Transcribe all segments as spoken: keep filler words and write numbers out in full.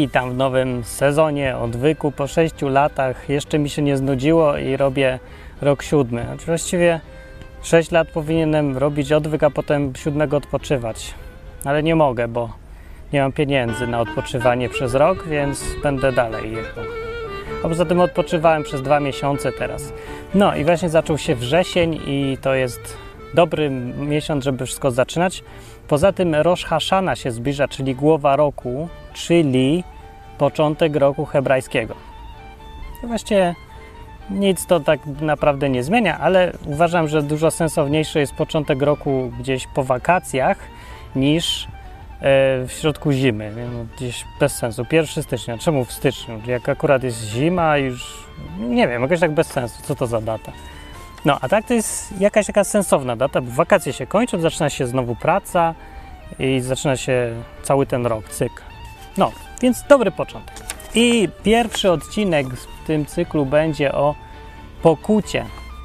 witam w nowym sezonie odwyku. Po sześciu latach jeszcze mi się nie znudziło i robię rok siódmy. Znaczy właściwie sześć lat powinienem robić odwyk, a potem siódmego odpoczywać. Ale nie mogę, bo nie mam pieniędzy na odpoczywanie przez rok, więc będę dalej jechał. A poza tym odpoczywałem przez dwa miesiące teraz. No i właśnie zaczął się wrzesień i to jest dobry miesiąc, żeby wszystko zaczynać. Poza tym Rosh Hashana się zbliża, czyli głowa roku, czyli początek roku hebrajskiego. I właściwie nic to tak naprawdę nie zmienia, ale uważam, że dużo sensowniejszy jest początek roku gdzieś po wakacjach niż w środku zimy, no, gdzieś bez sensu. pierwszego stycznia, czemu w styczniu? Jak akurat jest zima, już nie wiem, jakoś tak bez sensu, co to za data. No, a tak to jest jakaś taka sensowna data, bo wakacje się kończą, zaczyna się znowu praca i zaczyna się cały ten rok, cykl. No, więc dobry początek. I pierwszy odcinek w tym cyklu będzie o pokucie,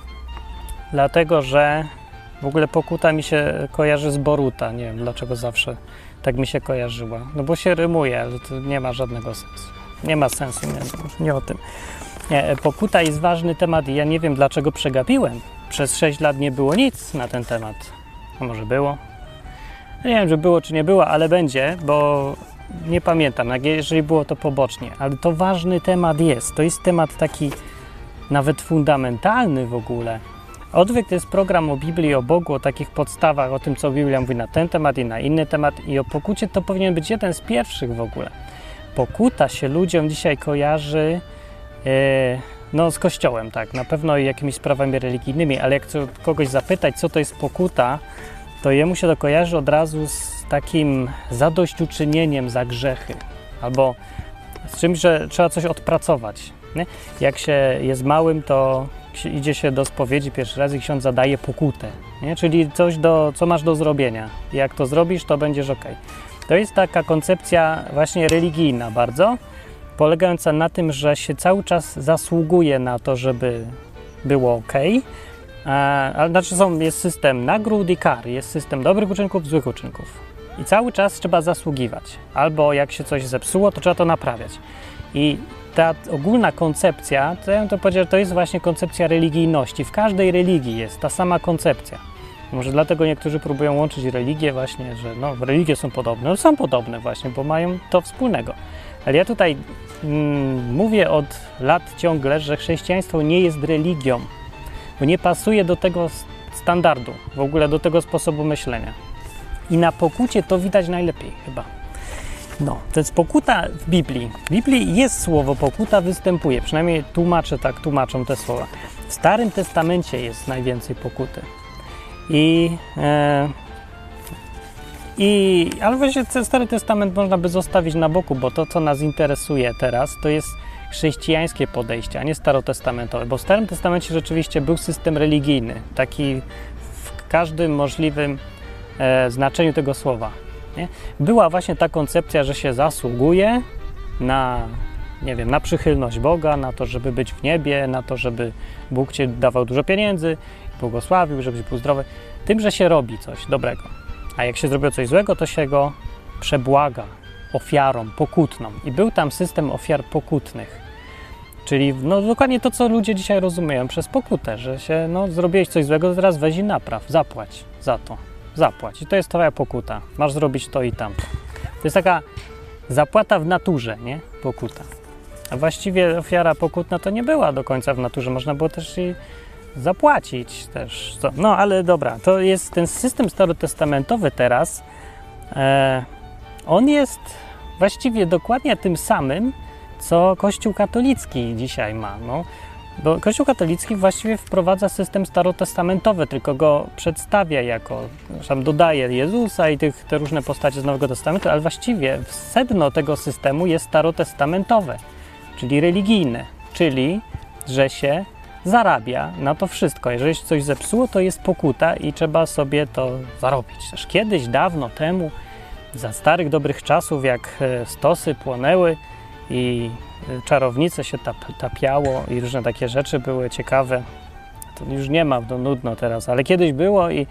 dlatego, że w ogóle pokuta mi się kojarzy z Boruta, nie wiem dlaczego zawsze tak mi się kojarzyła, no bo się rymuje, ale to nie ma żadnego sensu. Nie ma sensu, nie, nie o tym. Nie, pokuta jest ważny temat i ja nie wiem dlaczego przegapiłem. Przez sześć lat nie było nic na ten temat. A może było? Nie wiem, czy było, czy nie było, ale będzie, bo nie pamiętam, jeżeli było to pobocznie. Ale to ważny temat jest. To jest temat taki nawet fundamentalny w ogóle. Odwyk to jest program o Biblii, o Bogu, o takich podstawach, o tym, co Biblia mówi na ten temat i na inny temat. I o pokucie to powinien być jeden z pierwszych w ogóle. Pokuta się ludziom dzisiaj kojarzy yy, no, z Kościołem, tak, na pewno i jakimiś sprawami religijnymi, ale jak chcę kogoś zapytać, co to jest pokuta, to jemu się to kojarzy od razu z takim zadośćuczynieniem za grzechy, albo z czymś, że trzeba coś odpracować. Nie? Jak się jest małym, to idzie się do spowiedzi pierwszy raz i ksiądz zadaje pokutę, nie? Czyli coś, do, co masz do zrobienia. I jak to zrobisz, to będziesz ok. To jest taka koncepcja właśnie religijna bardzo, polegająca na tym, że się cały czas zasługuje na to, żeby było ok. Ale znaczy są, jest system nagród i kar, jest system dobrych uczynków, złych uczynków. I cały czas trzeba zasługiwać. Albo jak się coś zepsuło, to trzeba to naprawiać. I ta ogólna koncepcja, to ja bym to powiedział, to jest właśnie koncepcja religijności. W każdej religii jest ta sama koncepcja. Może dlatego niektórzy próbują łączyć religie właśnie, że no, religie są podobne. No, są podobne właśnie, bo mają to wspólnego. Ale ja tutaj mm, mówię od lat ciągle, że chrześcijaństwo nie jest religią, bo nie pasuje do tego standardu, w ogóle do tego sposobu myślenia. I na pokucie to widać najlepiej chyba. No, to jest pokuta w Biblii. W Biblii jest słowo pokuta, występuje, przynajmniej tłumacze tak tłumaczą te słowa. W Starym Testamencie jest najwięcej pokuty. I, e, i ale właśnie ten Stary Testament można by zostawić na boku, bo to, co nas interesuje teraz, to jest chrześcijańskie podejście, a nie starotestamentowe, bo w Starym Testamencie rzeczywiście był system religijny, taki w każdym możliwym e, znaczeniu tego słowa. Nie? Była właśnie ta koncepcja, że się zasługuje na, nie wiem, na przychylność Boga, na to, żeby być w niebie, na to, żeby Bóg ci dawał dużo pieniędzy, błogosławił, żebyś był zdrowy, tym, że się robi coś dobrego. A jak się zrobiło coś złego, to się go przebłaga ofiarą pokutną. I był tam system ofiar pokutnych. Czyli no, dokładnie to, co ludzie dzisiaj rozumieją przez pokutę, że się, no, zrobiłeś coś złego, to teraz weź i napraw, zapłać za to. Zapłać. I to jest twoja pokuta. Masz zrobić to i tamto. To jest taka zapłata w naturze, nie? Pokuta. A właściwie ofiara pokutna to nie była do końca w naturze. Można było też i zapłacić też. Co? No, ale dobra. To jest ten system starotestamentowy teraz. E, on jest właściwie dokładnie tym samym, co Kościół katolicki dzisiaj ma. No. Bo Kościół katolicki właściwie wprowadza system starotestamentowy, tylko go przedstawia jako, tam dodaje Jezusa i tych, te różne postacie z Nowego Testamentu, ale właściwie sedno tego systemu jest starotestamentowe, czyli religijne, czyli że się zarabia na to wszystko. Jeżeli się coś zepsuło, to jest pokuta i trzeba sobie to zarobić. Też kiedyś, dawno temu, za starych, dobrych czasów, jak stosy płonęły i czarownice się tap, tapiało i różne takie rzeczy były ciekawe. To już nie ma, to nudno teraz, ale kiedyś było i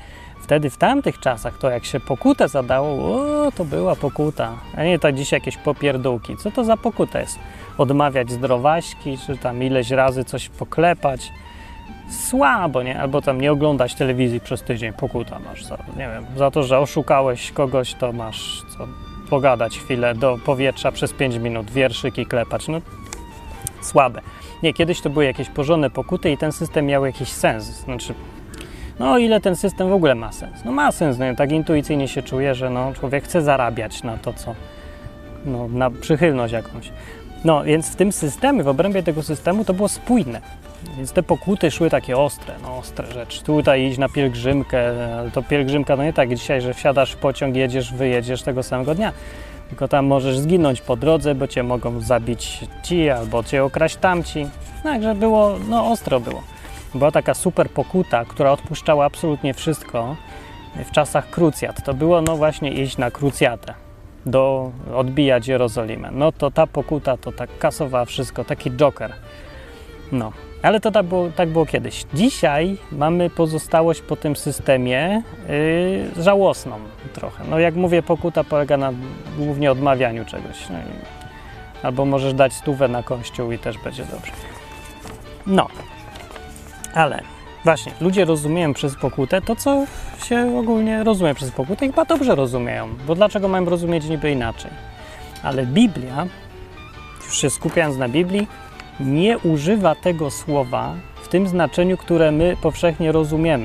wtedy w tamtych czasach to jak się pokutę zadało, o, to była pokuta, a nie tak dzisiaj jakieś popierdółki. Co to za pokuta jest? Odmawiać zdrowaśki, czy tam ileś razy coś poklepać. Słabo, nie? Albo tam nie oglądać telewizji przez tydzień, pokuta masz za, nie wiem, za to, że oszukałeś kogoś, to masz co pogadać chwilę do powietrza przez pięć minut, wierszyki klepać, no słabe. Nie, kiedyś to były jakieś porządne pokuty i ten system miał jakiś sens, znaczy, no o ile ten system w ogóle ma sens? No ma sens, no, tak intuicyjnie się czuje, że no, człowiek chce zarabiać na to, co, no, na przychylność jakąś. No, więc w tym systemie, w obrębie tego systemu to było spójne. Więc te pokuty szły takie ostre, no ostre rzeczy. Tutaj iść na pielgrzymkę, ale to pielgrzymka to nie tak dzisiaj, że wsiadasz w pociąg, jedziesz, wyjedziesz tego samego dnia. Tylko tam możesz zginąć po drodze, bo cię mogą zabić ci, albo cię okraść tamci. Także było, no ostro było. Była taka super pokuta, która odpuszczała absolutnie wszystko w czasach krucjat. To było no właśnie iść na krucjatę, do odbijać Jerozolimę. No to ta pokuta to tak kasowała wszystko, taki joker. No, ale to tak było, tak było kiedyś. Dzisiaj mamy pozostałość po tym systemie yy, żałosną trochę. No jak mówię, pokuta polega na głównie odmawianiu czegoś. No i, albo możesz dać stówę na kościół i też będzie dobrze. No, ale właśnie, ludzie rozumieją przez pokutę to, co się ogólnie rozumie przez pokutę i chyba dobrze rozumieją, bo dlaczego mają rozumieć niby inaczej? Ale Biblia, już się skupiając na Biblii, nie używa tego słowa w tym znaczeniu, które my powszechnie rozumiemy.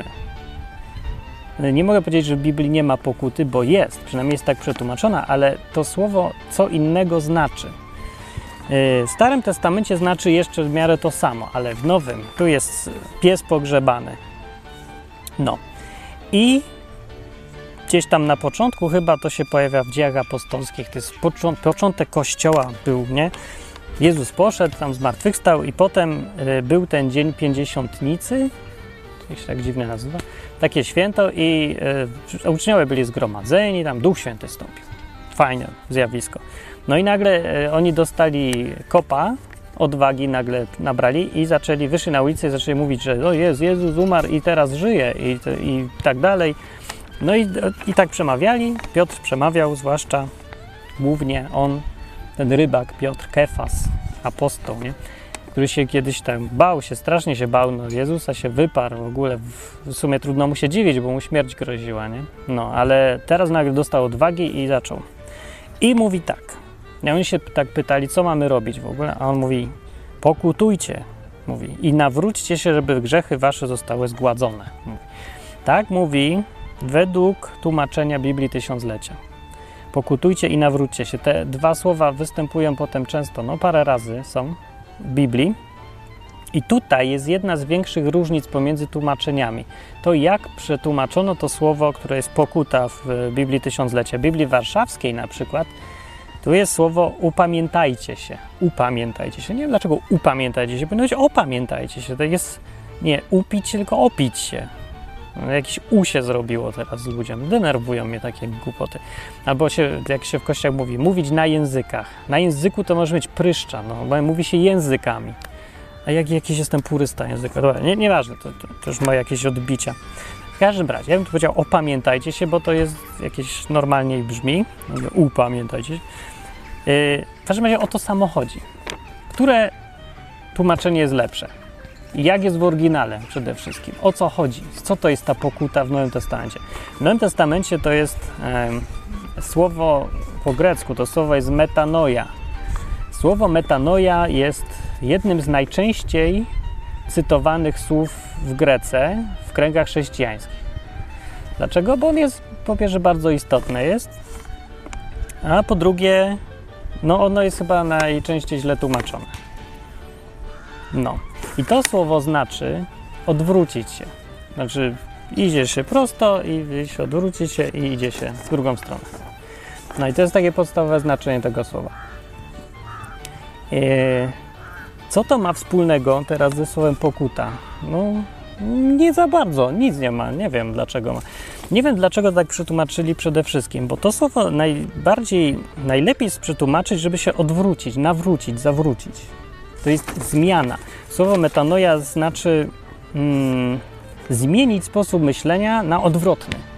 Nie mogę powiedzieć, że w Biblii nie ma pokuty, bo jest, przynajmniej jest tak przetłumaczona, ale to słowo co innego znaczy. W Starym Testamencie znaczy jeszcze w miarę to samo, ale w Nowym tu jest pies pogrzebany. No. I gdzieś tam na początku chyba to się pojawia w Dziejach Apostolskich, to jest początek Kościoła był, nie? Jezus poszedł, tam zmartwychwstał i potem y, był ten dzień Pięćdziesiątnicy, to się tak dziwnie nazywa, takie święto i y, uczniowie byli zgromadzeni, tam Duch Święty stąpił. Fajne zjawisko. No i nagle y, oni dostali kopa, odwagi nagle nabrali i zaczęli, wyszli na ulicę i zaczęli mówić, że o jest, Jezus umarł i teraz żyje i, i tak dalej. No i, i tak przemawiali, Piotr przemawiał zwłaszcza, głównie on, ten rybak Piotr, Kefas, apostoł, nie? Który się kiedyś tam bał, się strasznie się bał, no Jezusa się wyparł, w ogóle w, w sumie trudno mu się dziwić, bo mu śmierć groziła, nie? No, ale teraz nagle dostał odwagi i zaczął. I mówi tak, i oni się tak pytali, co mamy robić w ogóle, a on mówi, pokutujcie, mówi, i nawróćcie się, żeby grzechy wasze zostały zgładzone. Mówi. Tak mówi według tłumaczenia Biblii Tysiąclecia. Pokutujcie i nawróćcie się. Te dwa słowa występują potem często, no parę razy są w Biblii. I tutaj jest jedna z większych różnic pomiędzy tłumaczeniami. To jak przetłumaczono to słowo, które jest pokuta w Biblii Tysiąclecia. W Biblii Warszawskiej na przykład, tu jest słowo upamiętajcie się. Upamiętajcie się. Nie wiem dlaczego upamiętajcie się, powinno być opamiętajcie się. To jest nie upić się, tylko opić się. No, jakieś u się zrobiło teraz z ludziom. Denerwują mnie takie głupoty. Albo się, jak się w kościach mówi, mówić na językach. Na języku to może mieć pryszcza, no, bo mówi się językami. A jak jakiś jestem purysta języka. Dobra, nie, nieważne, to, to, to już ma jakieś odbicia. W każdym razie, ja bym tu powiedział opamiętajcie się, bo to jest jakieś normalniej brzmi. Upamiętajcie się. Yy, w każdym razie o to samo chodzi. Które tłumaczenie jest lepsze? Jak jest w oryginale przede wszystkim? O co chodzi? Co to jest ta pokuta w Nowym Testamencie? W Nowym Testamencie to jest e, słowo po grecku, to słowo jest metanoia. Słowo metanoia jest jednym z najczęściej cytowanych słów w Grece w kręgach chrześcijańskich. Dlaczego? Bo on jest, po pierwsze, bardzo istotny jest, a po drugie, no ono jest chyba najczęściej źle tłumaczone. No. I to słowo znaczy odwrócić się. Znaczy idzie się prosto i się odwróci się i idzie się w drugą stronę. No i to jest takie podstawowe znaczenie tego słowa. Eee, co to ma wspólnego teraz ze słowem pokuta? No nie za bardzo, nic nie ma, nie wiem dlaczego ma. Nie wiem dlaczego tak przetłumaczyli przede wszystkim, bo to słowo najbardziej, najlepiej jest przetłumaczyć, żeby się odwrócić, nawrócić, zawrócić. To jest zmiana. Słowo metanoia znaczy mm, zmienić sposób myślenia na odwrotny.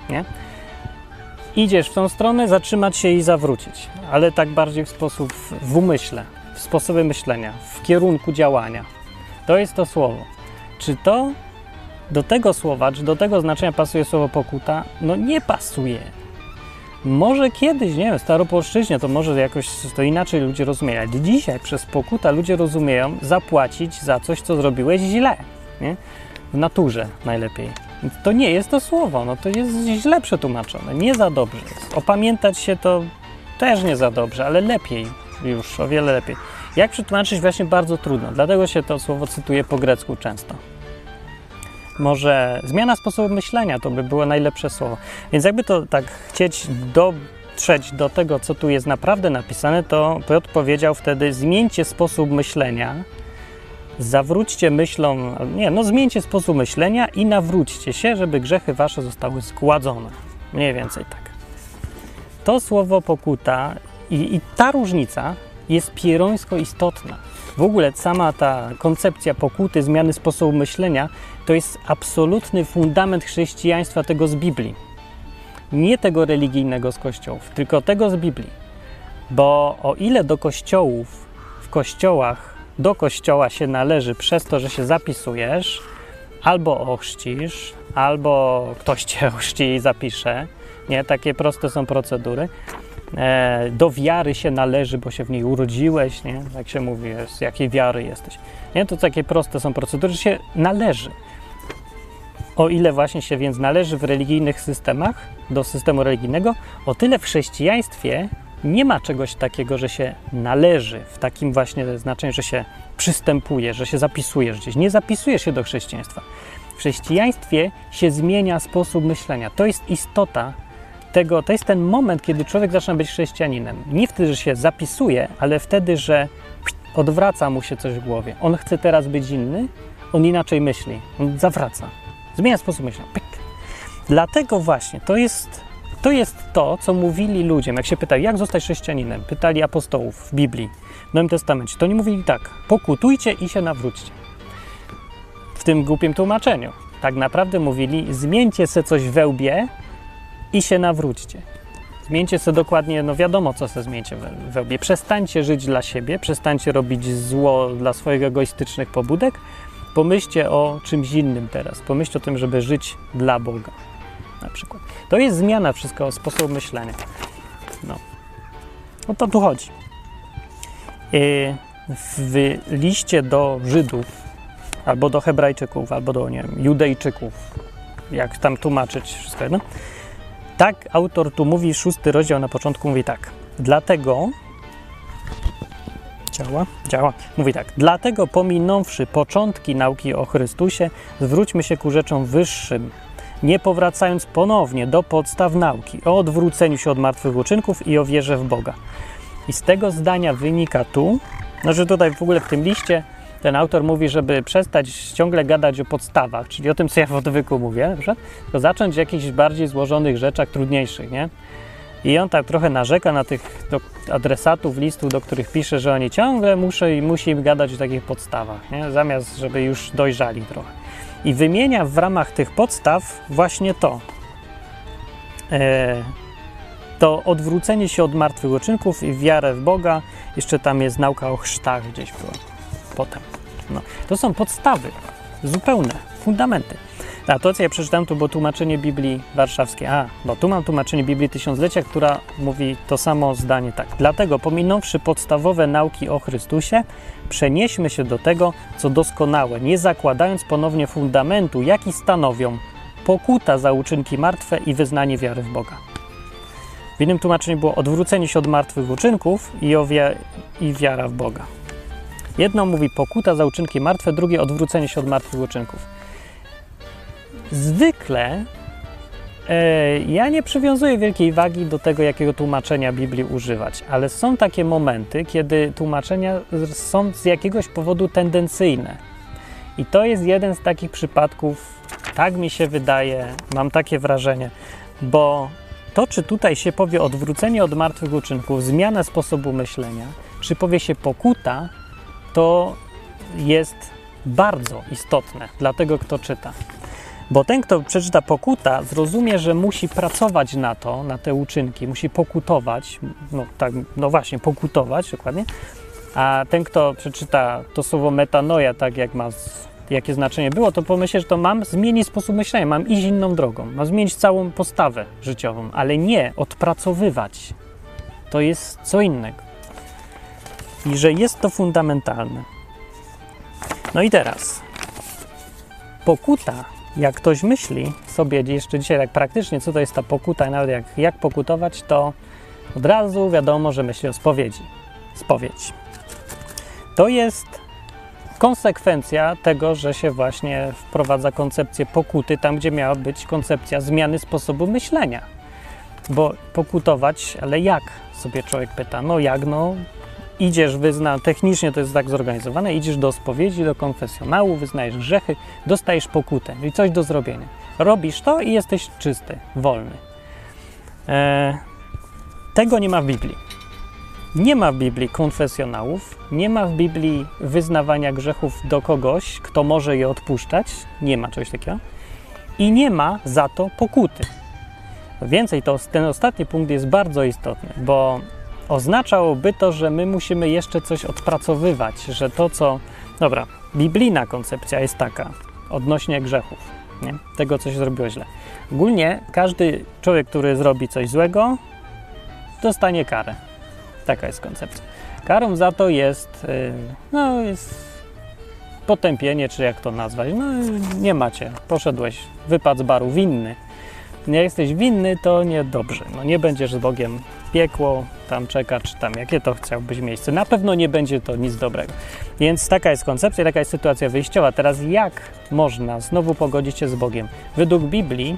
nie? Idziesz w tą stronę, zatrzymać się i zawrócić, ale tak bardziej w sposób, w umyśle, w sposobie myślenia, w kierunku działania. To jest to słowo. Czy to do tego słowa, czy do tego znaczenia pasuje słowo pokuta? No nie pasuje. Może kiedyś, nie wiem, w staropolszczyźnie to może jakoś to inaczej ludzie rozumieją. Dzisiaj przez pokuta ludzie rozumieją zapłacić za coś, co zrobiłeś źle, nie? W naturze najlepiej. To nie jest to słowo, no to jest źle przetłumaczone, nie za dobrze jest. Opamiętać się to też nie za dobrze, ale lepiej już, o wiele lepiej. Jak przetłumaczyć właśnie bardzo trudno, dlatego się to słowo cytuje po grecku często. Może zmiana sposobu myślenia to by było najlepsze słowo. Więc jakby to tak chcieć dotrzeć do tego, co tu jest naprawdę napisane, to Piotr powiedział wtedy: zmieńcie sposób myślenia, zawróćcie myślą, nie, no zmieńcie sposób myślenia i nawróćcie się, żeby grzechy wasze zostały zgładzone. Mniej więcej tak. To słowo pokuta i, i ta różnica jest pierońsko istotna. W ogóle sama ta koncepcja pokuty, zmiany sposobu myślenia, to jest absolutny fundament chrześcijaństwa, tego z Biblii. Nie tego religijnego z kościołów, tylko tego z Biblii. Bo o ile do kościołów, w kościołach, do kościoła się należy przez to, że się zapisujesz, albo ochrzcisz, albo ktoś cię ochrzci i zapisze, nie? Takie proste są procedury. E, do wiary się należy, bo się w niej urodziłeś, nie? Jak się mówi, z jakiej wiary jesteś. Nie? To takie proste są procedury, że się należy. O ile właśnie się więc należy w religijnych systemach, do systemu religijnego, o tyle w chrześcijaństwie nie ma czegoś takiego, że się należy, w takim właśnie znaczeniu, że się przystępuje, że się zapisujesz gdzieś. Nie zapisujesz się do chrześcijaństwa. W chrześcijaństwie się zmienia sposób myślenia. To jest istota tego, to jest ten moment, kiedy człowiek zaczyna być chrześcijaninem. Nie wtedy, że się zapisuje, ale wtedy, że odwraca mu się coś w głowie. On chce teraz być inny, on inaczej myśli, on zawraca. Zmienia sposób myślenia. Pyk. Dlatego właśnie to jest, to jest to, co mówili ludziom. Jak się pytali, jak zostać chrześcijaninem? Pytali apostołów w Biblii, w Nowym Testamencie. To oni mówili tak: pokutujcie i się nawróćcie. W tym głupim tłumaczeniu. Tak naprawdę mówili: zmieńcie se coś we łbie i się nawróćcie. Zmieńcie se dokładnie, no wiadomo, co se zmieńcie we, we łbie. Przestańcie żyć dla siebie, przestańcie robić zło dla swoich egoistycznych pobudek. Pomyślcie o czymś innym teraz. Pomyślcie o tym, żeby żyć dla Boga. Na przykład. To jest zmiana wszystko, sposobu myślenia. No. O to tu chodzi. W liście do Żydów, albo do Hebrajczyków, albo do, nie wiem, Judejczyków, jak tam tłumaczyć wszystko jedno. Tak autor tu mówi, szósty rozdział na początku mówi tak. Dlatego działa, działa, mówi tak. Dlatego pominąwszy początki nauki o Chrystusie, zwróćmy się ku rzeczom wyższym, nie powracając ponownie do podstaw nauki o odwróceniu się od martwych uczynków i o wierze w Boga. I z tego zdania wynika tu, no, że tutaj w ogóle w tym liście ten autor mówi, żeby przestać ciągle gadać o podstawach, czyli o tym, co ja w odwyku mówię, na przykład, to zacząć o jakichś bardziej złożonych rzeczach, trudniejszych, nie? I on tak trochę narzeka na tych do, adresatów listów, do których pisze, że oni ciągle muszą i musi gadać o takich podstawach, nie? Zamiast żeby już dojrzali trochę. I wymienia w ramach tych podstaw właśnie to. E, to odwrócenie się od martwych uczynków i wiarę w Boga. Jeszcze tam jest nauka o chrztach gdzieś była potem. No, to są podstawy, zupełne, fundamenty. A to, co ja przeczytałem, to było tłumaczenie Biblii Warszawskiej. A, bo tu mam tłumaczenie Biblii Tysiąclecia, która mówi to samo zdanie tak. Dlatego, pominąwszy podstawowe nauki o Chrystusie, przenieśmy się do tego, co doskonałe, nie zakładając ponownie fundamentu, jaki stanowią pokuta za uczynki martwe i wyznanie wiary w Boga. W innym tłumaczeniu było odwrócenie się od martwych uczynków i, o wi- i wiara w Boga. Jedno mówi pokuta za uczynki martwe, drugie odwrócenie się od martwych uczynków. Zwykle e, ja nie przywiązuję wielkiej wagi do tego, jakiego tłumaczenia Biblii używać, ale są takie momenty, kiedy tłumaczenia są z jakiegoś powodu tendencyjne. I to jest jeden z takich przypadków, tak mi się wydaje, mam takie wrażenie, bo to, czy tutaj się powie odwrócenie od martwych uczynków, zmiana sposobu myślenia, czy powie się pokuta, to jest bardzo istotne dla tego, kto czyta. Bo ten, kto przeczyta pokuta, zrozumie, że musi pracować na to, na te uczynki, musi pokutować, no tak, no właśnie, pokutować dokładnie, a ten, kto przeczyta to słowo metanoia, tak jak ma, jakie znaczenie było, to pomyśli, że to mam zmienić sposób myślenia, mam iść inną drogą, mam zmienić całą postawę życiową, ale nie odpracowywać. To jest co innego. I że jest to fundamentalne. No i teraz, pokuta, jak ktoś myśli sobie jeszcze dzisiaj tak praktycznie, co to jest ta pokuta, nawet jak, jak pokutować, to od razu wiadomo, że myśli o spowiedzi. Spowiedź. To jest konsekwencja tego, że się właśnie wprowadza koncepcję pokuty tam, gdzie miała być koncepcja zmiany sposobu myślenia. Bo pokutować, ale jak? Sobie człowiek pyta. No jak? No idziesz, wyzna, technicznie to jest tak zorganizowane, idziesz do spowiedzi, do konfesjonału, wyznajesz grzechy, dostajesz pokutę, czyli coś do zrobienia. Robisz to i jesteś czysty, wolny. Eee, tego nie ma w Biblii. Nie ma w Biblii konfesjonałów, nie ma w Biblii wyznawania grzechów do kogoś, kto może je odpuszczać, nie ma czegoś takiego i nie ma za to pokuty. Więcej, to ten ostatni punkt jest bardzo istotny, bo oznaczałoby to, że my musimy jeszcze coś odpracowywać, że to, co... Dobra, biblijna koncepcja jest taka, odnośnie grzechów, nie? Tego, co się zrobiło źle. Ogólnie każdy człowiek, który zrobi coś złego, dostanie karę. Taka jest koncepcja. Karą za to jest, yy, no, jest potępienie, czy jak to nazwać. No, nie macie, poszedłeś, wypadł z baru winny. Jak jesteś winny, to niedobrze. No, nie będziesz z Bogiem, piekło tam czeka, czy tam jakie to chciałbyś miejsce. Na pewno nie będzie to nic dobrego. Więc taka jest koncepcja, taka jest sytuacja wyjściowa. Teraz jak można znowu pogodzić się z Bogiem? Według Biblii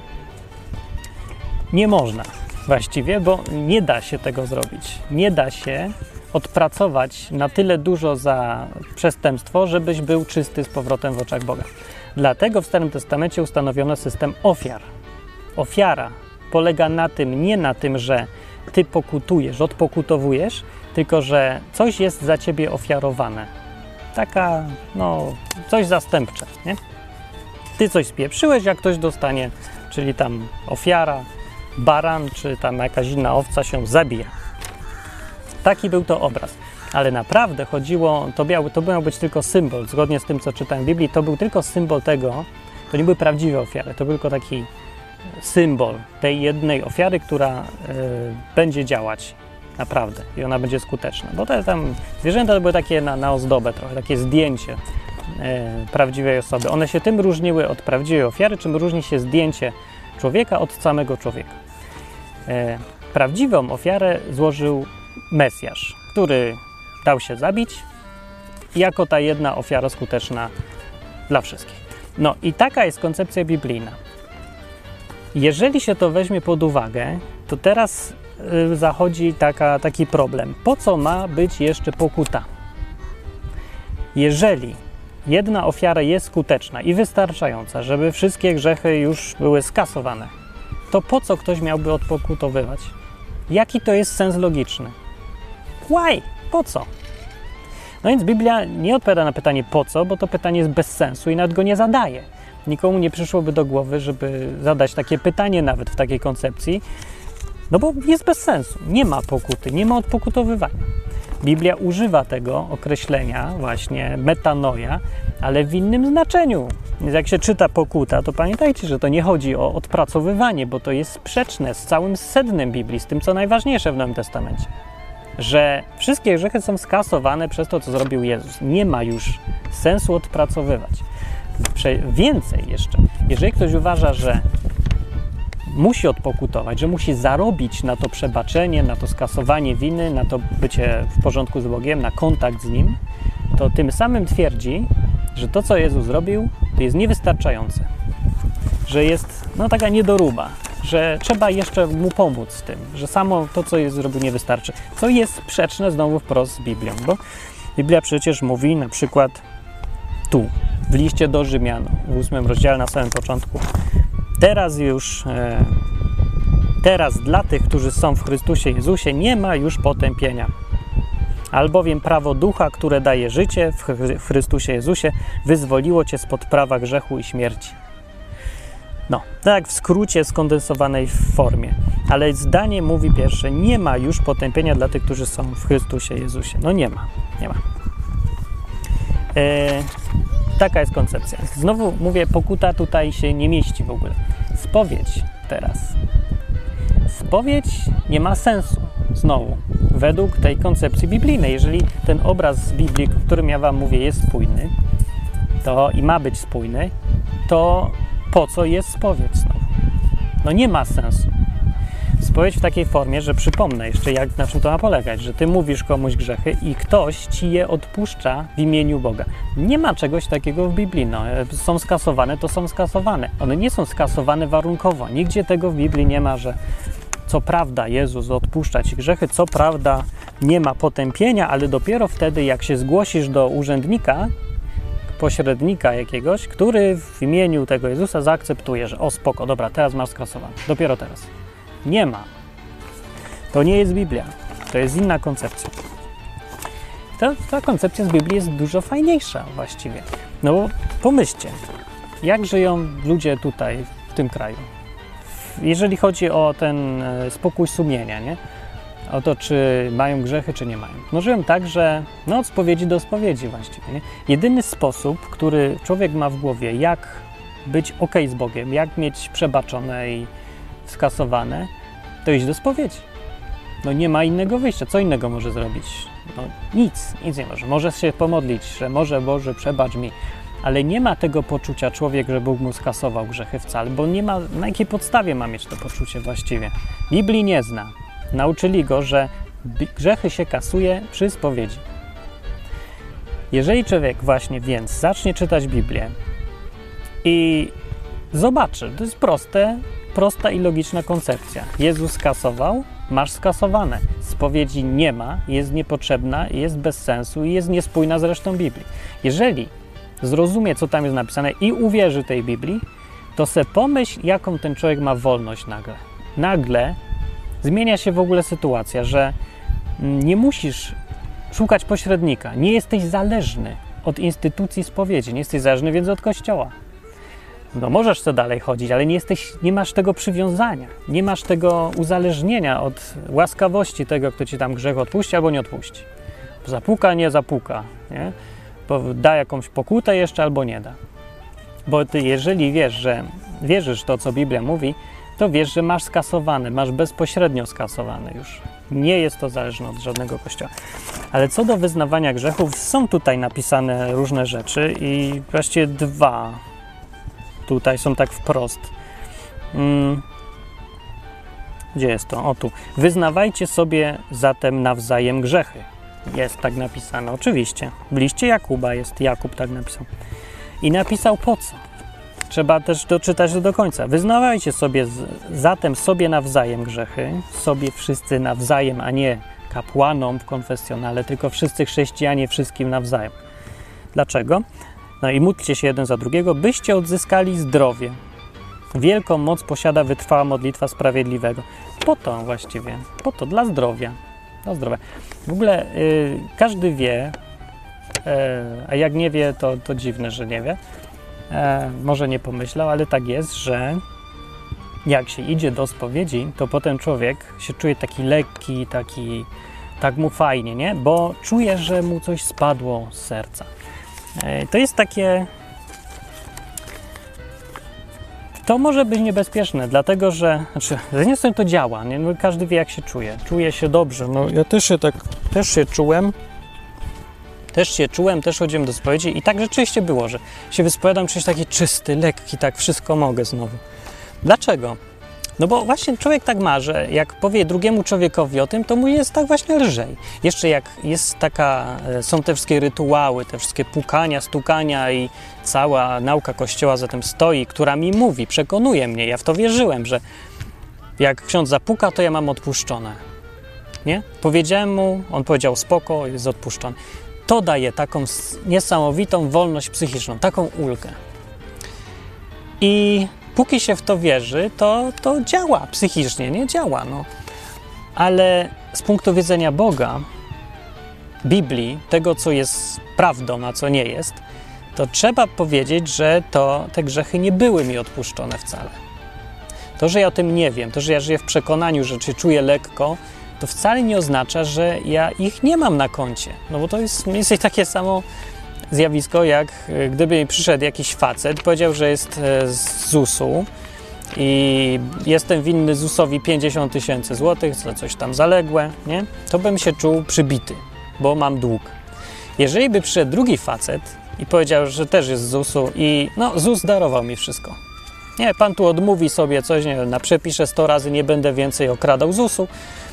nie można właściwie, bo nie da się tego zrobić. Nie da się odpracować na tyle dużo za przestępstwo, żebyś był czysty z powrotem w oczach Boga. Dlatego w Starym Testamencie ustanowiono system ofiar. Ofiara polega na tym, nie na tym, że ty pokutujesz, odpokutowujesz, tylko że coś jest za ciebie ofiarowane. Taka, no, coś zastępcze, nie? Ty coś spieprzyłeś, jak ktoś dostanie, czyli tam ofiara, baran, czy tam jakaś inna owca się zabija. Taki był to obraz. Ale naprawdę chodziło, to miał, to miał być tylko symbol, zgodnie z tym, co czytałem w Biblii, to był tylko symbol tego, to nie były prawdziwe ofiary, to był tylko taki symbol tej jednej ofiary, która y, będzie działać naprawdę i ona będzie skuteczna. Bo te tam zwierzęta to były takie na, na ozdobę trochę, takie zdjęcie y, prawdziwej osoby. One się tym różniły od prawdziwej ofiary, czym różni się zdjęcie człowieka od samego człowieka. Y, prawdziwą ofiarę złożył Mesjasz, który dał się zabić jako ta jedna ofiara skuteczna dla wszystkich. No i taka jest koncepcja biblijna. Jeżeli się to weźmie pod uwagę, to teraz y, zachodzi taka, taki problem. Po co ma być jeszcze pokuta? Jeżeli jedna ofiara jest skuteczna i wystarczająca, żeby wszystkie grzechy już były skasowane, to po co ktoś miałby odpokutowywać? Jaki to jest sens logiczny? Why? Po co? No więc Biblia nie odpowiada na pytanie po co, bo to pytanie jest bez sensu i nawet go nie zadaje. Nikomu nie przyszłoby do głowy, żeby zadać takie pytanie nawet w takiej koncepcji, no bo jest bez sensu. Nie ma pokuty, nie ma odpokutowywania. Biblia używa tego określenia właśnie metanoia, ale w innym znaczeniu. Więc jak się czyta pokuta, to pamiętajcie, że to nie chodzi o odpracowywanie, bo to jest sprzeczne z całym sednem Biblii, z tym, co najważniejsze w Nowym Testamencie. Że wszystkie grzechy są skasowane przez to, co zrobił Jezus. Nie ma już sensu odpracowywać. Więcej jeszcze, jeżeli ktoś uważa, że musi odpokutować, że musi zarobić na to przebaczenie, na to skasowanie winy, na to bycie w porządku z Bogiem, na kontakt z Nim, to tym samym twierdzi, że to, co Jezus zrobił, to jest niewystarczające. Że jest no taka niedoróba, że trzeba jeszcze Mu pomóc z tym, że samo to, co Jezus zrobił, nie wystarczy. Co jest sprzeczne znowu wprost z Biblią, bo Biblia przecież mówi na przykład tu, w liście do Rzymian, w ósmym rozdziale na samym początku. Teraz już, e, teraz dla tych, którzy są w Chrystusie Jezusie, nie ma już potępienia. Albowiem prawo ducha, które daje życie w Chrystusie Jezusie, wyzwoliło cię spod prawa grzechu i śmierci. No, tak w skrócie, skondensowanej formie. Ale zdanie mówi pierwsze, nie ma już potępienia dla tych, którzy są w Chrystusie Jezusie. No nie ma, nie ma. E, taka jest koncepcja. Znowu mówię, pokuta tutaj się nie mieści w ogóle. Spowiedź teraz. Spowiedź nie ma sensu. Znowu, według tej koncepcji biblijnej. Jeżeli ten obraz z Biblii, o którym ja wam mówię, jest spójny, to i ma być spójny, to po co jest spowiedź znowu? No nie ma sensu. Spowiedź w takiej formie, że przypomnę jeszcze, jak, na czym to ma polegać, że ty mówisz komuś grzechy i ktoś ci je odpuszcza w imieniu Boga. Nie ma czegoś takiego w Biblii. No, są skasowane, to są skasowane. One nie są skasowane warunkowo. Nigdzie tego w Biblii nie ma, że co prawda Jezus odpuszcza ci grzechy, co prawda nie ma potępienia, ale dopiero wtedy, jak się zgłosisz do urzędnika, pośrednika jakiegoś, który w imieniu tego Jezusa zaakceptuje, że o spoko, dobra, teraz masz skasowane. Dopiero teraz. Nie ma. To nie jest Biblia. To jest inna koncepcja. Ta, ta koncepcja z Biblii jest dużo fajniejsza właściwie. No bo pomyślcie, jak żyją ludzie tutaj, w tym kraju. Jeżeli chodzi o ten spokój sumienia, nie? O to, czy mają grzechy, czy nie mają. No żyją tak, że no od spowiedzi do spowiedzi właściwie, nie? Jedyny sposób, który człowiek ma w głowie, jak być okej z Bogiem, jak mieć przebaczone i skasowane, to iść do spowiedzi. No nie ma innego wyjścia. Co innego może zrobić? No nic, nic nie może. Może się pomodlić, że może Boże, przebacz mi, ale nie ma tego poczucia człowiek, że Bóg mu skasował grzechy wcale, bo nie ma, na jakiej podstawie ma mieć to poczucie właściwie. Biblii nie zna. Nauczyli go, że grzechy się kasuje przy spowiedzi. Jeżeli człowiek właśnie więc zacznie czytać Biblię i zobaczy, to jest proste, prosta i logiczna koncepcja. Jezus skasował, masz skasowane. Spowiedzi nie ma, jest niepotrzebna, jest bez sensu i jest niespójna z resztą Biblii. Jeżeli zrozumie, co tam jest napisane i uwierzy tej Biblii, to se pomyśl, jaką ten człowiek ma wolność nagle. Nagle zmienia się w ogóle sytuacja, że nie musisz szukać pośrednika, nie jesteś zależny od instytucji spowiedzi, nie jesteś zależny więc od Kościoła. No możesz co dalej chodzić, ale nie jesteś, nie masz tego przywiązania, nie masz tego uzależnienia od łaskawości tego, kto ci tam grzech odpuści albo nie odpuści. Zapuka, nie zapuka, nie? Bo da jakąś pokutę jeszcze albo nie da. Bo ty, jeżeli wiesz, że wierzysz w to, co Biblia mówi, to wiesz, że masz skasowane, masz bezpośrednio skasowane już. Nie jest to zależne od żadnego kościoła. Ale co do wyznawania grzechów, są tutaj napisane różne rzeczy i właściwie dwa tutaj są tak wprost. Hmm. Gdzie jest to? O tu. Wyznawajcie sobie zatem nawzajem grzechy. Jest tak napisane, oczywiście. W liście Jakuba jest, Jakub tak napisał. I napisał po co? Trzeba też doczytać to do końca. Wyznawajcie sobie z, zatem sobie nawzajem grzechy, sobie wszyscy nawzajem, a nie kapłanom w konfesjonale, tylko wszyscy chrześcijanie wszystkim nawzajem. Dlaczego? No i módlcie się jeden za drugiego, byście odzyskali zdrowie. Wielką moc posiada wytrwała modlitwa sprawiedliwego. Po to właściwie, po to, dla zdrowia. Dla zdrowia. W ogóle yy, każdy wie, yy, a jak nie wie, to, to dziwne, że nie wie. E, może nie pomyślał, ale tak jest, że jak się idzie do spowiedzi, to potem człowiek się czuje taki lekki, taki, tak mu fajnie, nie? Bo czuje, że mu coś spadło z serca. E, to jest takie... To może być niebezpieczne, dlatego że... Znaczy, z jednej strony to działa, nie? No, każdy wie, jak się czuje. Czuje się dobrze. No, ja też się tak... Też się czułem. Też się czułem, też chodziłem do spowiedzi i tak rzeczywiście było, że się wyspowiadam, czyś taki czysty, lekki, tak wszystko mogę znowu. Dlaczego? No bo właśnie człowiek tak ma, że jak powie drugiemu człowiekowi o tym, to mu jest tak właśnie lżej. Jeszcze jak jest taka, są te wszystkie rytuały, te wszystkie pukania, stukania i cała nauka Kościoła za tym stoi, która mi mówi, przekonuje mnie, ja w to wierzyłem, że jak ksiądz zapuka, to ja mam odpuszczone. Nie? Powiedziałem mu, on powiedział spoko, jest odpuszczony. To daje taką niesamowitą wolność psychiczną, taką ulgę. I póki się w to wierzy, to, to działa psychicznie, nie działa. No. Ale z punktu widzenia Boga, Biblii, tego, co jest prawdą, a co nie jest, to trzeba powiedzieć, że to, te grzechy nie były mi odpuszczone wcale. To, że ja o tym nie wiem, to, że ja żyję w przekonaniu, że się czuję lekko, to wcale nie oznacza, że ja ich nie mam na koncie. No bo to jest mniej więcej takie samo zjawisko, jak gdyby mi przyszedł jakiś facet, powiedział, że jest z zusu i jestem winny zusowi pięćdziesiąt tysięcy złotych za coś tam zaległe, nie? To bym się czuł przybity, bo mam dług. Jeżeli by przyszedł drugi facet i powiedział, że też jest z zusu i no ZUS darował mi wszystko. Nie, pan tu odmówi sobie coś, nie wiem, na przepiszę sto razy, nie będę więcej okradał zusu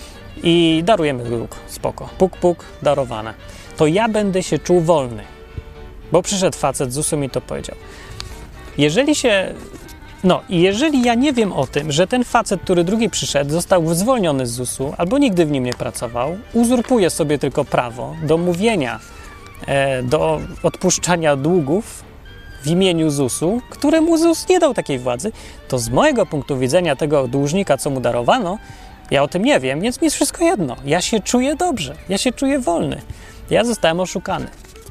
i darujemy dług, spoko. Puk, puk, darowane. To ja będę się czuł wolny, bo przyszedł facet z zusu mi to powiedział. Jeżeli się... No i jeżeli ja nie wiem o tym, że ten facet, który drugi przyszedł, został zwolniony z zusu albo nigdy w nim nie pracował, uzurpuje sobie tylko prawo do mówienia, e, do odpuszczania długów w imieniu zusu, któremu ZUS nie dał takiej władzy, to z mojego punktu widzenia tego dłużnika, co mu darowano, ja o tym nie wiem, więc mi jest wszystko jedno. Ja się czuję dobrze, ja się czuję wolny. Ja zostałem oszukany.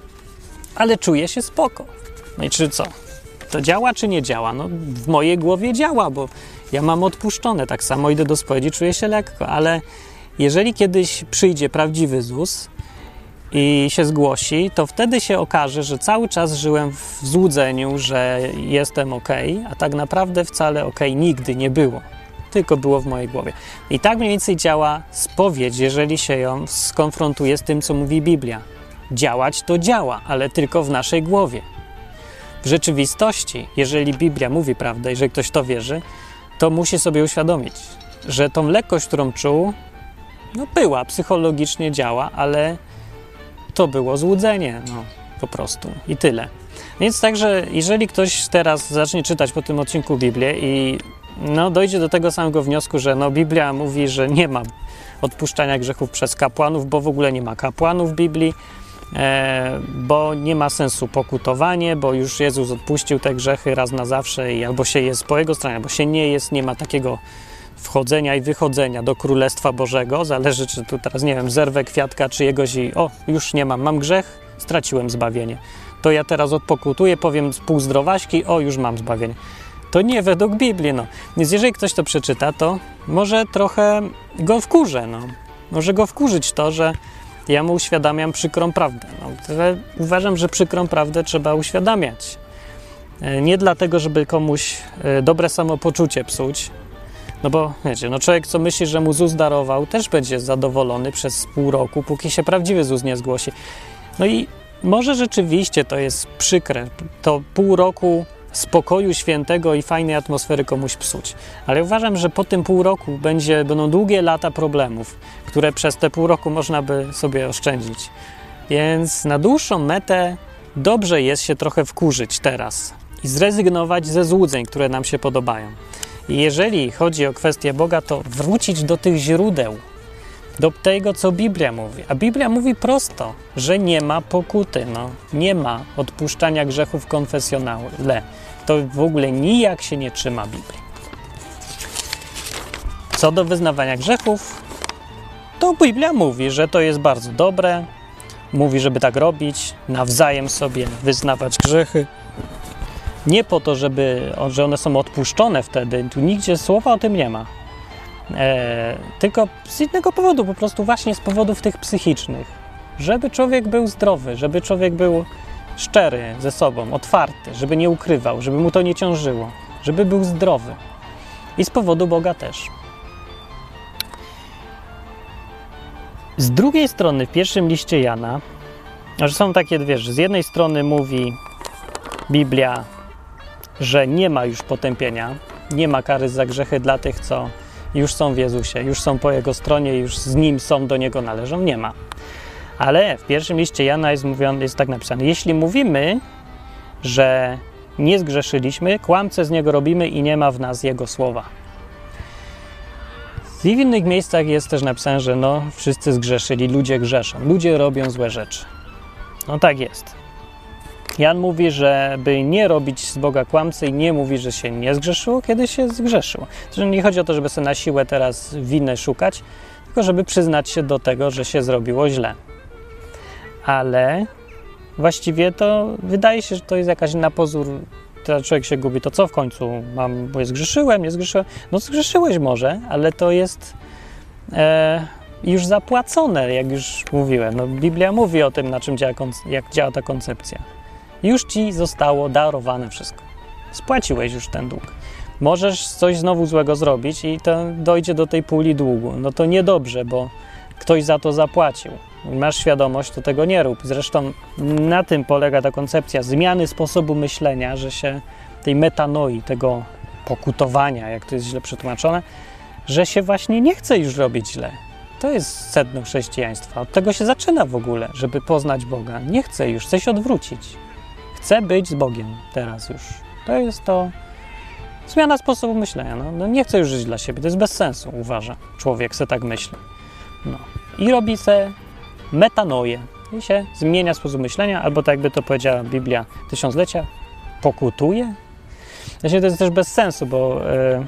Ale czuję się spoko. No i czy co? To działa czy nie działa? No w mojej głowie działa, bo ja mam odpuszczone. Tak samo idę do spowiedzi, czuję się lekko, ale jeżeli kiedyś przyjdzie prawdziwy ZUS i się zgłosi, to wtedy się okaże, że cały czas żyłem w złudzeniu, że jestem okej, a tak naprawdę wcale okej nigdy nie było. Tylko było w mojej głowie. I tak mniej więcej działa spowiedź, jeżeli się ją skonfrontuje z tym, co mówi Biblia. Działać to działa, ale tylko w naszej głowie. W rzeczywistości, jeżeli Biblia mówi prawdę, jeżeli ktoś to wierzy, to musi sobie uświadomić, że tą lekkość, którą czuł, no była, psychologicznie działa, ale to było złudzenie, no po prostu i tyle. Więc także, jeżeli ktoś teraz zacznie czytać po tym odcinku Biblię i no, dojdzie do tego samego wniosku, że no, Biblia mówi, że nie ma odpuszczania grzechów przez kapłanów, bo w ogóle nie ma kapłanów w Biblii, e, bo nie ma sensu pokutowanie, bo już Jezus odpuścił te grzechy raz na zawsze i albo się jest po Jego stronie, albo się nie jest, nie ma takiego wchodzenia i wychodzenia do Królestwa Bożego. Zależy, czy tu teraz, nie wiem, zerwę kwiatka czyjegoś i o, już nie mam, mam grzech, straciłem zbawienie. To ja teraz odpokutuję, powiem pół zdrowaśki, o, już mam zbawienie. To nie według Biblii, no. Więc jeżeli ktoś to przeczyta, to może trochę go wkurzę, no. Może go wkurzyć to, że ja mu uświadamiam przykrą prawdę. No. Ale uważam, że przykrą prawdę trzeba uświadamiać. Nie dlatego, żeby komuś dobre samopoczucie psuć, no bo wiecie, no człowiek, co myśli, że mu ZUS darował, też będzie zadowolony przez pół roku, póki się prawdziwy ZUS nie zgłosi. No i może rzeczywiście to jest przykre, to pół roku spokoju świętego i fajnej atmosfery komuś psuć. Ale uważam, że po tym pół roku będzie, będą długie lata problemów, które przez te pół roku można by sobie oszczędzić. Więc na dłuższą metę dobrze jest się trochę wkurzyć teraz i zrezygnować ze złudzeń, które nam się podobają. I jeżeli chodzi o kwestię Boga, to wrócić do tych źródeł, do tego, co Biblia mówi. A Biblia mówi prosto, że nie ma pokuty, no. Nie ma odpuszczania grzechów konfesjonale. To w ogóle nijak się nie trzyma Biblii. Co do wyznawania grzechów, to Biblia mówi, że to jest bardzo dobre. Mówi, żeby tak robić, nawzajem sobie wyznawać grzechy. Nie po to, żeby, że one są odpuszczone wtedy. Tu nigdzie słowa o tym nie ma. E, tylko z innego powodu, po prostu właśnie z powodów tych psychicznych. Żeby człowiek był zdrowy, żeby człowiek był szczery ze sobą, otwarty, żeby nie ukrywał, żeby mu to nie ciążyło, żeby był zdrowy. I z powodu Boga też. Z drugiej strony w pierwszym liście Jana, że są takie dwie, że z jednej strony mówi Biblia, że nie ma już potępienia, nie ma kary za grzechy dla tych, co już są w Jezusie, już są po Jego stronie, już z Nim są, do Niego należą, nie ma. Ale w pierwszym liście Jana jest, mówione, jest tak napisane, jeśli mówimy, że nie zgrzeszyliśmy, kłamcę z Niego robimy i nie ma w nas Jego słowa. W innych miejscach jest też napisane, że no, wszyscy zgrzeszyli, ludzie grzeszą, ludzie robią złe rzeczy. No tak jest. Jan mówi, żeby nie robić z Boga kłamcy i nie mówi, że się nie zgrzeszyło, kiedy się zgrzeszyło. Zresztą nie chodzi o to, żeby sobie na siłę teraz winy szukać, tylko żeby przyznać się do tego, że się zrobiło źle. Ale właściwie to wydaje się, że to jest jakaś na pozór, teraz człowiek się gubi, to co w końcu mam, bo zgrzeszyłem, nie zgrzeszyłem? No zgrzeszyłeś może, ale to jest e, już zapłacone, jak już mówiłem. No, Biblia mówi o tym, na czym działa, jak działa ta koncepcja. Już ci zostało darowane wszystko. Spłaciłeś już ten dług. Możesz coś znowu złego zrobić i to dojdzie do tej puli długu. No to niedobrze, bo ktoś za to zapłacił. Masz świadomość, to tego nie rób. Zresztą na tym polega ta koncepcja zmiany sposobu myślenia, że się tej metanoi, tego pokutowania, jak to jest źle przetłumaczone, że się właśnie nie chce już robić źle. To jest sedno chrześcijaństwa. Od tego się zaczyna w ogóle, żeby poznać Boga. Nie chcę już, chcę się odwrócić. Chcę być z Bogiem teraz już. To jest to zmiana sposobu myślenia. No, no nie chcę już żyć dla siebie. To jest bez sensu, uważa człowiek, se tak myśli. No. I robi se metanoję. I się zmienia sposób myślenia, albo tak jakby to powiedziała Biblia tysiąclecia, pokutuje. Znaczy, to jest też bez sensu, bo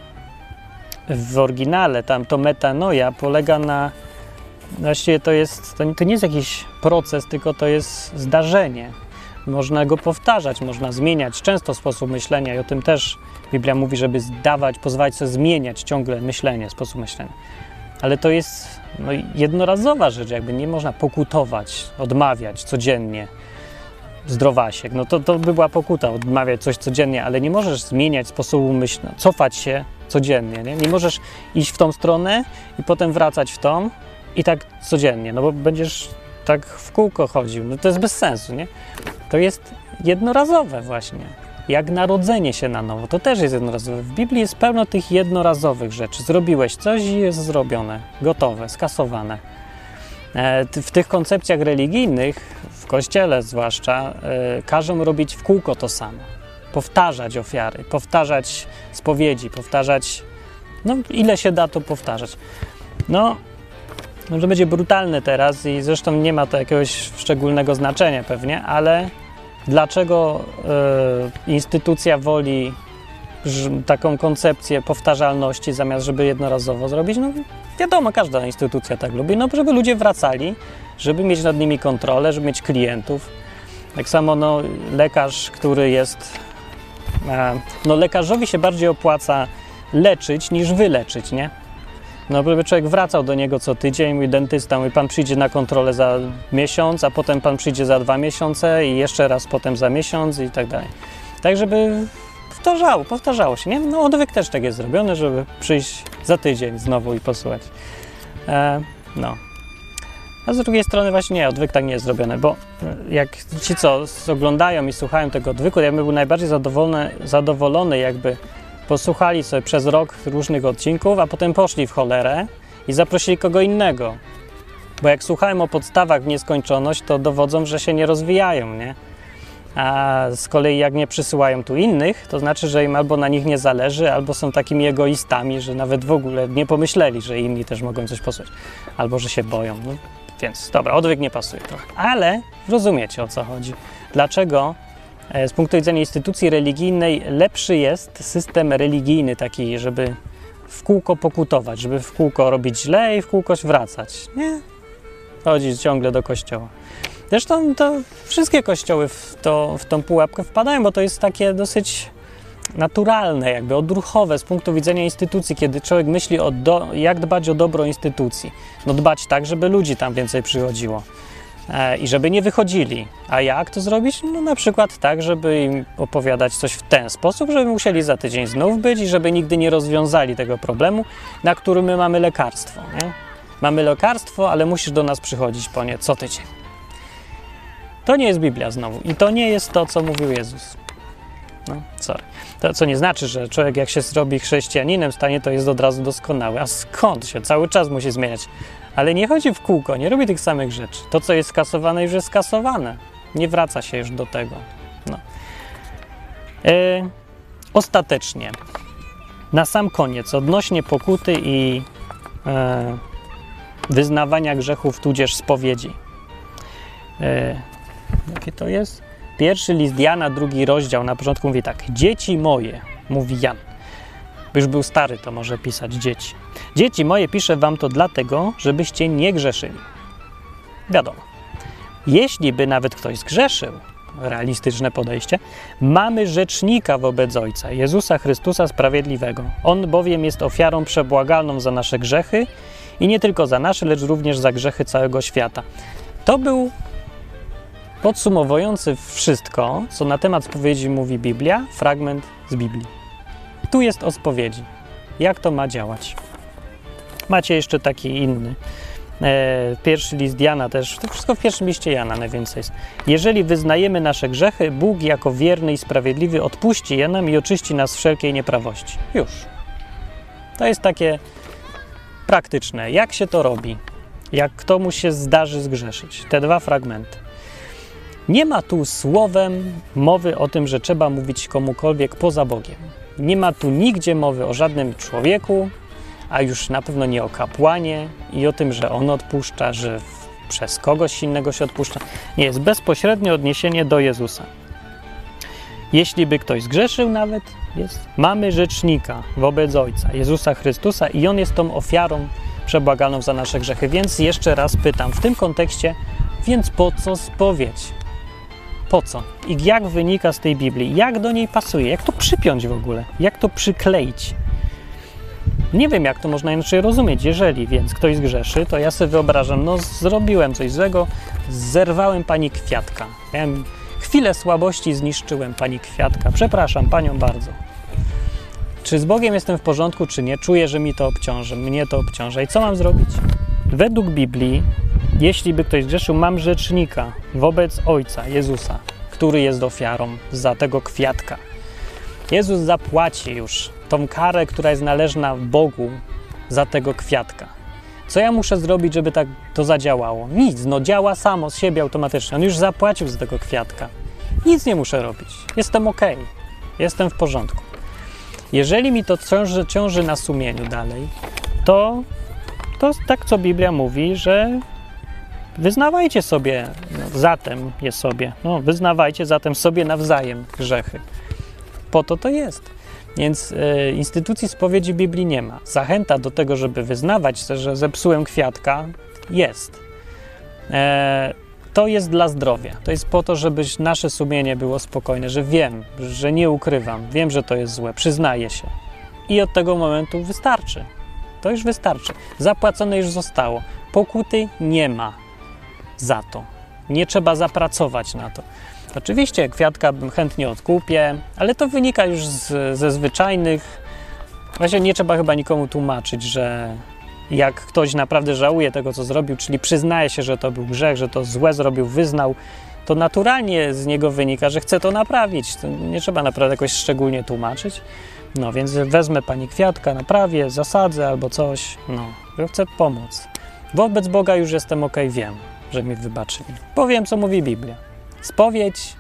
yy, w oryginale tam to metanoja polega na, właściwie to jest, to nie, to nie jest jakiś proces, tylko to jest zdarzenie. Można go powtarzać, można zmieniać często sposób myślenia i o tym też Biblia mówi, żeby zdawać, pozwalać sobie zmieniać ciągle myślenie, sposób myślenia. Ale to jest no, jednorazowa rzecz, jakby nie można pokutować, odmawiać codziennie zdrowasiek. No to, to by była pokuta, odmawiać coś codziennie, ale nie możesz zmieniać sposobu myślenia, cofać się codziennie, nie? Nie możesz iść w tą stronę i potem wracać w tą i tak codziennie, no bo będziesz tak w kółko chodził. No to jest bez sensu, nie? To jest jednorazowe właśnie. Jak narodzenie się na nowo, to też jest jednorazowe. W Biblii jest pełno tych jednorazowych rzeczy. Zrobiłeś coś i jest zrobione, gotowe, skasowane. W tych koncepcjach religijnych, w Kościele zwłaszcza, każą robić w kółko to samo. Powtarzać ofiary, powtarzać spowiedzi, powtarzać, no ile się da to powtarzać. No, no to będzie brutalne teraz i zresztą nie ma to jakiegoś szczególnego znaczenia pewnie, ale dlaczego y, instytucja woli ż, taką koncepcję powtarzalności zamiast żeby jednorazowo zrobić? No wiadomo, każda instytucja tak lubi, no żeby ludzie wracali, żeby mieć nad nimi kontrolę, żeby mieć klientów. Tak samo no, lekarz, który jest... E, no lekarzowi się bardziej opłaca leczyć niż wyleczyć, nie? No, żeby człowiek wracał do niego co tydzień, mój dentysta mówi, pan przyjdzie na kontrolę za miesiąc, a potem pan przyjdzie za dwa miesiące i jeszcze raz potem za miesiąc i tak dalej. Tak, żeby powtarzało, powtarzało się, nie? No, odwyk też tak jest zrobiony, żeby przyjść za tydzień znowu i posłuchać. E, no. A z drugiej strony właśnie nie, odwyk tak nie jest zrobiony, bo jak ci, co oglądają i słuchają tego odwyku, ja bym był najbardziej zadowolony, zadowolony jakby posłuchali sobie przez rok różnych odcinków, a potem poszli w cholerę i zaprosili kogo innego. Bo jak słuchałem o podstawach w nieskończoność, to dowodzą, że się nie rozwijają, nie? A z kolei jak nie przysyłają tu innych, to znaczy, że im albo na nich nie zależy, albo są takimi egoistami, że nawet w ogóle nie pomyśleli, że inni też mogą coś posłuchać. Albo że się boją. No, więc dobra, odwyk nie pasuje trochę. Ale rozumiecie, o co chodzi. Dlaczego z punktu widzenia instytucji religijnej lepszy jest system religijny taki, żeby w kółko pokutować, żeby w kółko robić źle i w kółko wracać. Nie? Chodzić ciągle do kościoła. Zresztą to wszystkie kościoły w, to, w tą pułapkę wpadają, bo to jest takie dosyć naturalne, jakby odruchowe z punktu widzenia instytucji, kiedy człowiek myśli o do, jak dbać o dobro instytucji. No dbać tak, żeby ludzi tam więcej przychodziło. I żeby nie wychodzili. A jak to zrobić? No na przykład tak, żeby im opowiadać coś w ten sposób, żeby musieli za tydzień znów być i żeby nigdy nie rozwiązali tego problemu, na który my mamy lekarstwo. Nie? Mamy lekarstwo, ale musisz do nas przychodzić po nie co tydzień. To nie jest Biblia znowu. I to nie jest to, co mówił Jezus. No, sorry. To, co nie znaczy, że człowiek jak się zrobi chrześcijaninem stanie, to jest od razu doskonały. A skąd się? Cały czas musi zmieniać. Ale nie chodzi w kółko, nie robi tych samych rzeczy. To, co jest skasowane, już jest skasowane. Nie wraca się już do tego. No. Yy, ostatecznie, na sam koniec, odnośnie pokuty i yy, wyznawania grzechów, tudzież spowiedzi. Yy, jakie to jest? Pierwszy list Jana, drugi rozdział, na początku mówi tak. Dzieci moje, mówi Jan. Już był stary, to może pisać dzieci. Dzieci moje, piszę wam to dlatego, żebyście nie grzeszyli. Wiadomo. Jeśli by nawet ktoś zgrzeszył, realistyczne podejście, mamy rzecznika wobec Ojca, Jezusa Chrystusa Sprawiedliwego. On bowiem jest ofiarą przebłagalną za nasze grzechy i nie tylko za nasze, lecz również za grzechy całego świata. To był podsumowujący wszystko, co na temat spowiedzi mówi Biblia, fragment z Biblii. Tu jest o spowiedzi. Jak to ma działać? Macie jeszcze taki inny. E, pierwszy list Jana też, to wszystko w pierwszym liście Jana najwięcej jest. Jeżeli wyznajemy nasze grzechy, Bóg jako wierny i sprawiedliwy odpuści je nam i oczyści nas z wszelkiej nieprawości. Już. To jest takie praktyczne. Jak się to robi? Jak komuś się zdarzy zgrzeszyć? Te dwa fragmenty. Nie ma tu słowem mowy o tym, że trzeba mówić komukolwiek poza Bogiem. Nie ma tu nigdzie mowy o żadnym człowieku, a już na pewno nie o kapłanie i o tym, że on odpuszcza, że przez kogoś innego się odpuszcza. Nie, jest bezpośrednie odniesienie do Jezusa. Jeśli by ktoś zgrzeszył nawet, jest, mamy rzecznika wobec Ojca, Jezusa Chrystusa i On jest tą ofiarą przebłagalną za nasze grzechy. Więc jeszcze raz pytam w tym kontekście, więc po co spowiedź? Po co? I jak wynika z tej Biblii? Jak do niej pasuje? Jak to przypiąć w ogóle? Jak to przykleić? Nie wiem, jak to można inaczej rozumieć. Jeżeli więc ktoś zgrzeszy, to ja sobie wyobrażam, no zrobiłem coś złego, zerwałem pani kwiatka. Miałem chwilę słabości, zniszczyłem pani kwiatka. Przepraszam panią bardzo. Czy z Bogiem jestem w porządku, czy nie? Czuję, że mi to obciąży, mnie to obciąża. I co mam zrobić? Według Biblii, jeśli by ktoś zgrzeszył, mam rzecznika wobec Ojca, Jezusa, który jest ofiarą za tego kwiatka. Jezus zapłaci już tą karę, która jest należna Bogu za tego kwiatka. Co ja muszę zrobić, żeby tak to zadziałało? Nic, no działa samo z siebie automatycznie. On już zapłacił za tego kwiatka. Nic nie muszę robić. Jestem okej. Jestem w porządku. Jeżeli mi to ciąży, ciąży na sumieniu dalej, to, to tak, co Biblia mówi, że wyznawajcie sobie, no, zatem je sobie, no, wyznawajcie zatem sobie nawzajem grzechy. Po to to jest. Więc e, instytucji spowiedzi Biblii nie ma. Zachęta do tego, żeby wyznawać, że zepsułem kwiatka, jest. E, to jest dla zdrowia. To jest po to, żeby nasze sumienie było spokojne, że wiem, że nie ukrywam, wiem, że to jest złe, przyznaję się. I od tego momentu wystarczy. To już wystarczy. Zapłacone już zostało. Pokuty nie ma za to. Nie trzeba zapracować na to. Oczywiście kwiatka bym chętnie odkupię, ale to wynika już z, ze zwyczajnych... Właśnie nie trzeba chyba nikomu tłumaczyć, że jak ktoś naprawdę żałuje tego, co zrobił, czyli przyznaje się, że to był grzech, że to złe zrobił, wyznał, to naturalnie z niego wynika, że chce to naprawić. To nie trzeba naprawdę jakoś szczególnie tłumaczyć. No więc wezmę pani kwiatka, naprawię, zasadzę albo coś. No, że chcę pomóc. Wobec Boga już jestem okej, wiem, że mi wybaczyli. Powiem, co mówi Biblia. Spowiedź,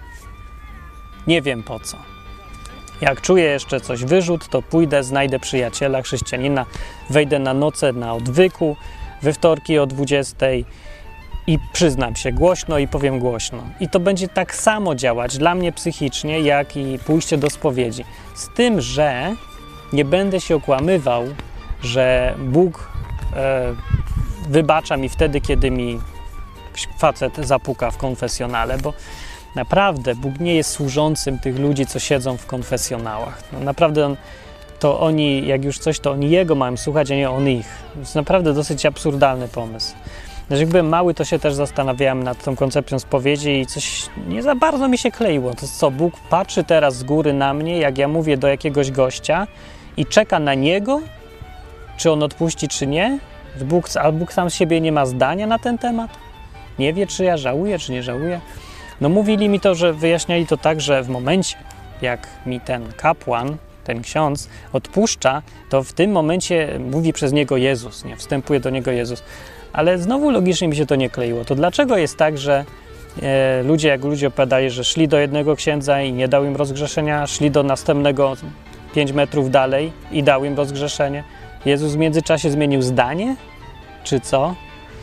nie wiem po co. Jak czuję jeszcze coś wyrzut, to pójdę, znajdę przyjaciela, chrześcijanina, wejdę na noce na odwyku we wtorki o dwudziestej i przyznam się głośno i powiem głośno. I to będzie tak samo działać dla mnie psychicznie, jak i pójście do spowiedzi. Z tym, że nie będę się okłamywał, że Bóg e, wybacza mi wtedy, kiedy mi facet zapuka w konfesjonale, bo naprawdę Bóg nie jest służącym tych ludzi, co siedzą w konfesjonałach. No naprawdę on, to oni, jak już coś, to oni Jego mają słuchać, a nie on ich. To jest naprawdę dosyć absurdalny pomysł. Znaczy, jak byłem mały, to się też zastanawiałem nad tą koncepcją spowiedzi i coś nie za bardzo mi się kleiło. To co, Bóg patrzy teraz z góry na mnie, jak ja mówię do jakiegoś gościa i czeka na Niego, czy on odpuści, czy nie? Bóg, a Bóg sam z siebie nie ma zdania na ten temat? Nie wie, czy ja żałuję, czy nie żałuję. No mówili mi to, że wyjaśniali to tak, że w momencie, jak mi ten kapłan, ten ksiądz odpuszcza, to w tym momencie mówi przez niego Jezus, nie? Wstępuje do niego Jezus. Ale znowu logicznie mi się to nie kleiło. To dlaczego jest tak, że e, ludzie, jak ludzie opowiadali, że szli do jednego księdza i nie dał im rozgrzeszenia, szli do następnego pięć metrów dalej i dał im rozgrzeszenie? Jezus w międzyczasie zmienił zdanie? Czy co?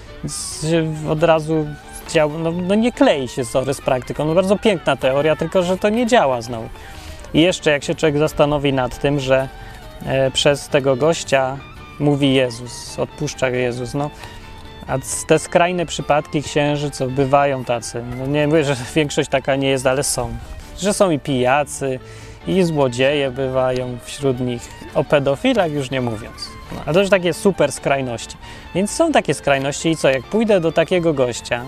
Od razu dział, no, no nie klei się sorry z praktyką. No bardzo piękna teoria, tylko że to nie działa znowu. I jeszcze jak się człowiek zastanowi nad tym, że e, przez tego gościa mówi Jezus, odpuszcza Jezus, no A te skrajne przypadki księży, co bywają tacy, no nie mówię, że większość taka nie jest, ale są. Że są i pijacy, i złodzieje bywają wśród nich, o pedofilach już nie mówiąc. No, ale to już takie super skrajności. Więc są takie skrajności i co, jak pójdę do takiego gościa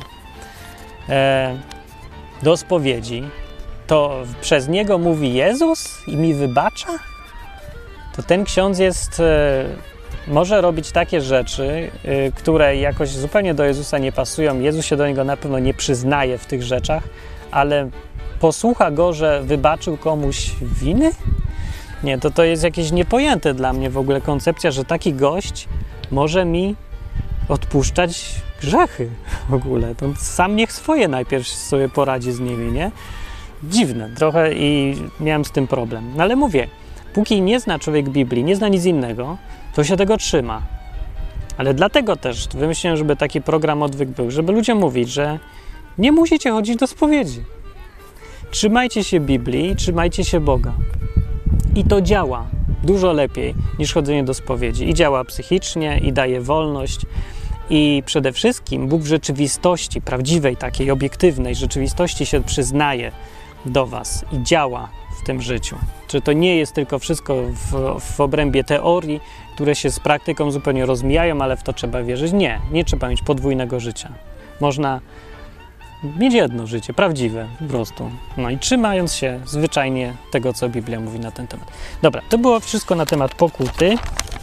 e, do spowiedzi, to przez niego mówi Jezus i mi wybacza? To ten ksiądz jest, e, może robić takie rzeczy, e, które jakoś zupełnie do Jezusa nie pasują. Jezus się do niego na pewno nie przyznaje w tych rzeczach, ale posłucha go, że wybaczył komuś winy? Nie, to to jest jakieś niepojęte dla mnie w ogóle koncepcja, że taki gość może mi odpuszczać grzechy w ogóle. To sam niech swoje najpierw sobie poradzi z nimi, nie? Dziwne trochę i miałem z tym problem. No ale mówię, póki nie zna człowiek Biblii, nie zna nic innego, to się tego trzyma. Ale dlatego też wymyśliłem, żeby taki program Odwyk był, żeby ludziom mówić, że nie musicie chodzić do spowiedzi. Trzymajcie się Biblii, trzymajcie się Boga. I to działa dużo lepiej niż chodzenie do spowiedzi. I działa psychicznie, i daje wolność. I przede wszystkim Bóg w rzeczywistości, prawdziwej, takiej obiektywnej rzeczywistości się przyznaje do was i działa w tym życiu. Czy to nie jest tylko wszystko w, w obrębie teorii, które się z praktyką zupełnie rozmijają, ale w to trzeba wierzyć? Nie, nie trzeba mieć podwójnego życia. Można mieć jedno życie, prawdziwe po prostu. No i trzymając się zwyczajnie tego, co Biblia mówi na ten temat. Dobra, to było wszystko na temat pokuty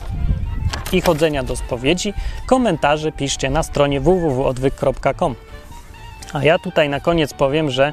i chodzenia do spowiedzi. Komentarze piszcie na stronie w w w kropka odwyk kropka com. A ja tutaj na koniec powiem, że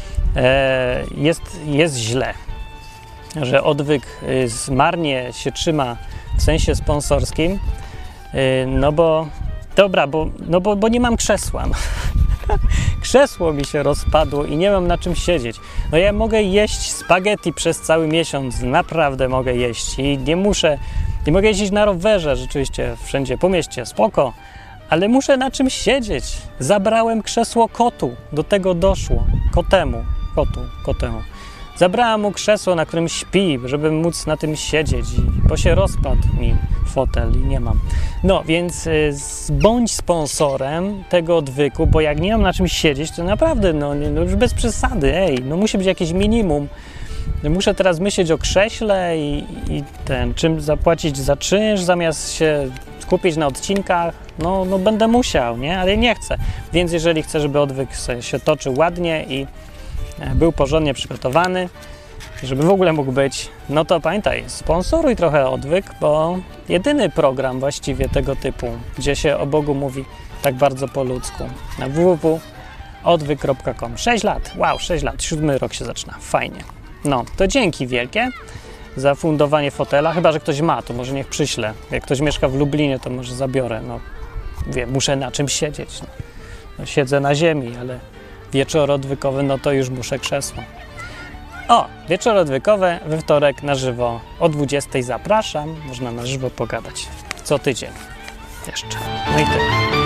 e, jest, jest źle, że Odwyk y, marnie się trzyma w sensie sponsorskim, y, no bo dobra, bo, no bo, bo nie mam krzesła. No. Krzesło mi się rozpadło i nie mam na czym siedzieć. No ja mogę jeść spaghetti przez cały miesiąc, naprawdę mogę jeść i nie muszę, nie mogę jeździć na rowerze, rzeczywiście wszędzie po mieście, spoko, ale muszę na czym siedzieć. Zabrałem krzesło kotu, do tego doszło, kotemu, kotu, kotemu. Zabrałem mu krzesło, na którym śpi, żeby móc na tym siedzieć, bo się rozpadł mi fotel i nie mam. No, więc y, bądź sponsorem tego odwyku, bo jak nie mam na czym siedzieć, to naprawdę, no, no już bez przesady, ej, no musi być jakieś minimum. Muszę teraz myśleć o krześle i, i ten, czym zapłacić za czynsz, zamiast się skupić na odcinkach, no, no będę musiał, nie? Ale nie chcę. Więc jeżeli chcę, żeby odwyk się toczył ładnie i był porządnie przygotowany, żeby w ogóle mógł być, no to pamiętaj, sponsoruj trochę Odwyk, bo jedyny program właściwie tego typu, gdzie się o Bogu mówi tak bardzo po ludzku, na w w w kropka odwyk kropka com. sześć lat, wow, sześć lat, siódmy rok się zaczyna, fajnie. No, to dzięki wielkie za fundowanie fotela, chyba że ktoś ma, to może niech przyśle. Jak ktoś mieszka w Lublinie, to może zabiorę, no wiem, muszę na czym siedzieć. No. No, siedzę na ziemi, ale wieczór odwykowy, no to już muszę krzesło. O, wieczór odwykowy we wtorek na żywo o dwudziestej zapraszam. Można na żywo pogadać co tydzień jeszcze. No i tyle.